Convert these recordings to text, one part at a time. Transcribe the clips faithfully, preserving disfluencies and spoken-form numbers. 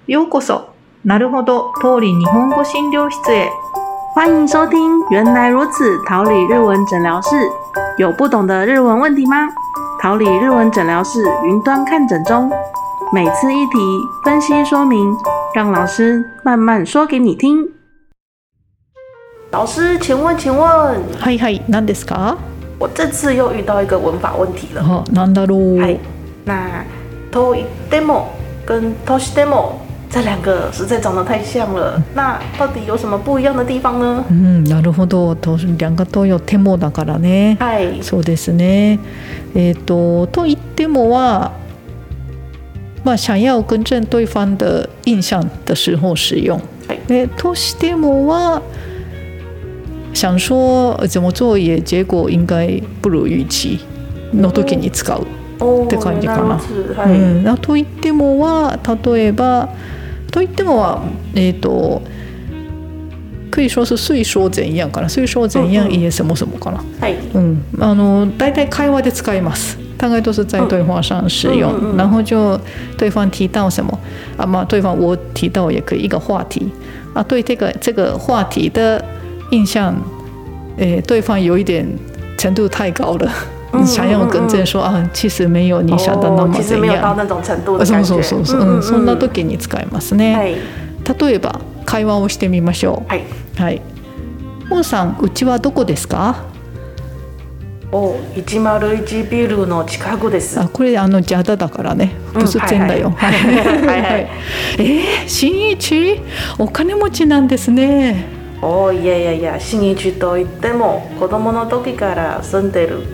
ようこそなるほど桃李日本語診療室へ。 欢迎收听原来如此桃李日文诊疗室。有不懂的日文问题吗？桃李日文诊疗室云端看诊中，每次一题分析说明，让老师慢慢说给你听。老师，请问请问， はいはい、何ですか？ 我这次又遇到一个文法问题了。 あ、なんだろう。 はい、那と言っても跟としても这两个实在长得太像了，那到底有什么不一样的地方呢？ うん、なるほど。と两个都有てもだからね。 はい。 そうですね。えっと、と言ってもは。まあ、想要更正对方的印象的时候使用。え、としてもは想说怎么做也结果应该不如预期の時に使うって感じかな。うん、と言ってもは例えばと言ってもはえっと可以说是虽说怎样かな。虽说怎样也什么什么かな。うん、あの大体会話で使います。大概都是在对话上使用，嗯嗯嗯、然后就对方提到什么啊嘛，对方我提到也可以一个话题啊，对这个这个话题的印象，诶，对方有一点程度太高了，嗯、想要跟正说啊，其实没有你想的那么怎样， 其实没有到那种程度的感觉。 そうそうそうそう、うん、そんな時に使いますね。はい、例えば会話をしてみましょう。はい。はい。王さん、うちはどこですか？ お、いちまるいちビルの近くです。 あ、これあのジャダだからね。不是真だよ。はいはいはい。えー、新一、お金持ちなんですね。 お、いやいやいや、新一といっても子供の時から住んでる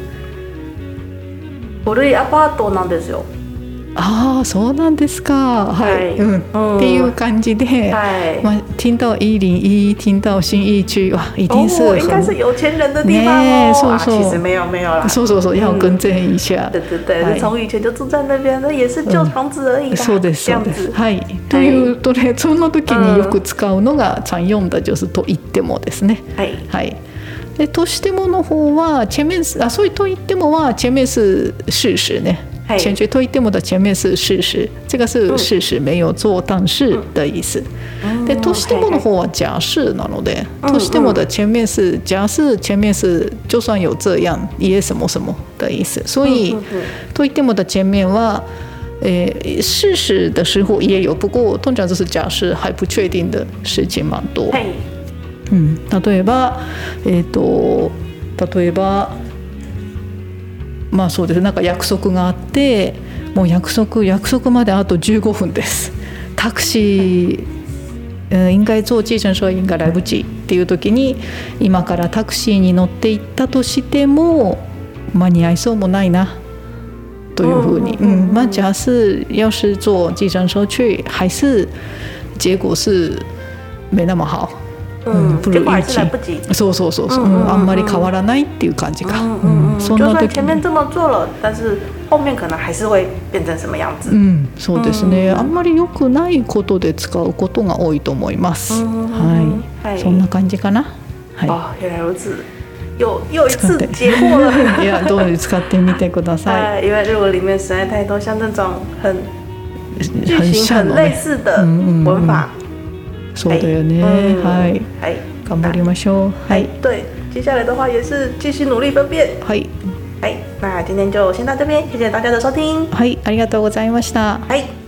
古いアパートなんですよ。 啊，そうなんですか。はい、うん、っていう感じで、まあ听到一零一，听到新义区，哇，一定是应该是有钱人的地方哦。 そうそう。 其实没有没有啦。 そうそうそう、要更正一下。 对对对，从以前就住在那边，那也是旧房子而已啦。 そうですそうです。はい。というとね、その時によく使うのが常用的就是と言ってもですね。はいはい。でとしてもの方は前面是啊，所以と言ってもは前面是事实ね。前句と言っても的前面是事实，这个是事实没有做但是的意思。でとしてもの方は假设なので，としても的前面是假设，前面是就算有这样也什么什么的意思。所以と言っても的前面は，诶，事实的时候也有，不过通常就是假设还不确定的事情蛮多。嗯，例えば、えっと例えば。まあそうです。なんか約束があって、もう約束約束まであとじゅうごふんです。タクシー应该坐計程車应该来不及っていう時に、今からタクシーに乗って行ったとしても間に合いそうもないなというふうに。嗯，那假设要是坐計程車去，还是結果是没那么好。 うん、不如预期。 そうそうそうそう、うん、あんまり変わらないっていう感じか。 嗯嗯，就算前面这么做了，但是後面可能还是会变成什么样子。 うん、そうですね。あんまり良くないことで使うことが多いと思います。はい、そんな感じかな。 はい。あ、原来如此。又又一次解惑了。 いや、どう使ってみてください。因为日文里面实在太多像这种很句型很类似的文法。 そうだよね。はい。はい。頑張りましょう。はい。 对，接下来的话也是继续努力分辨。 はい。 はい。那今天就先到这边，谢谢大家的收听。 はい、ありがとうございました。 はい。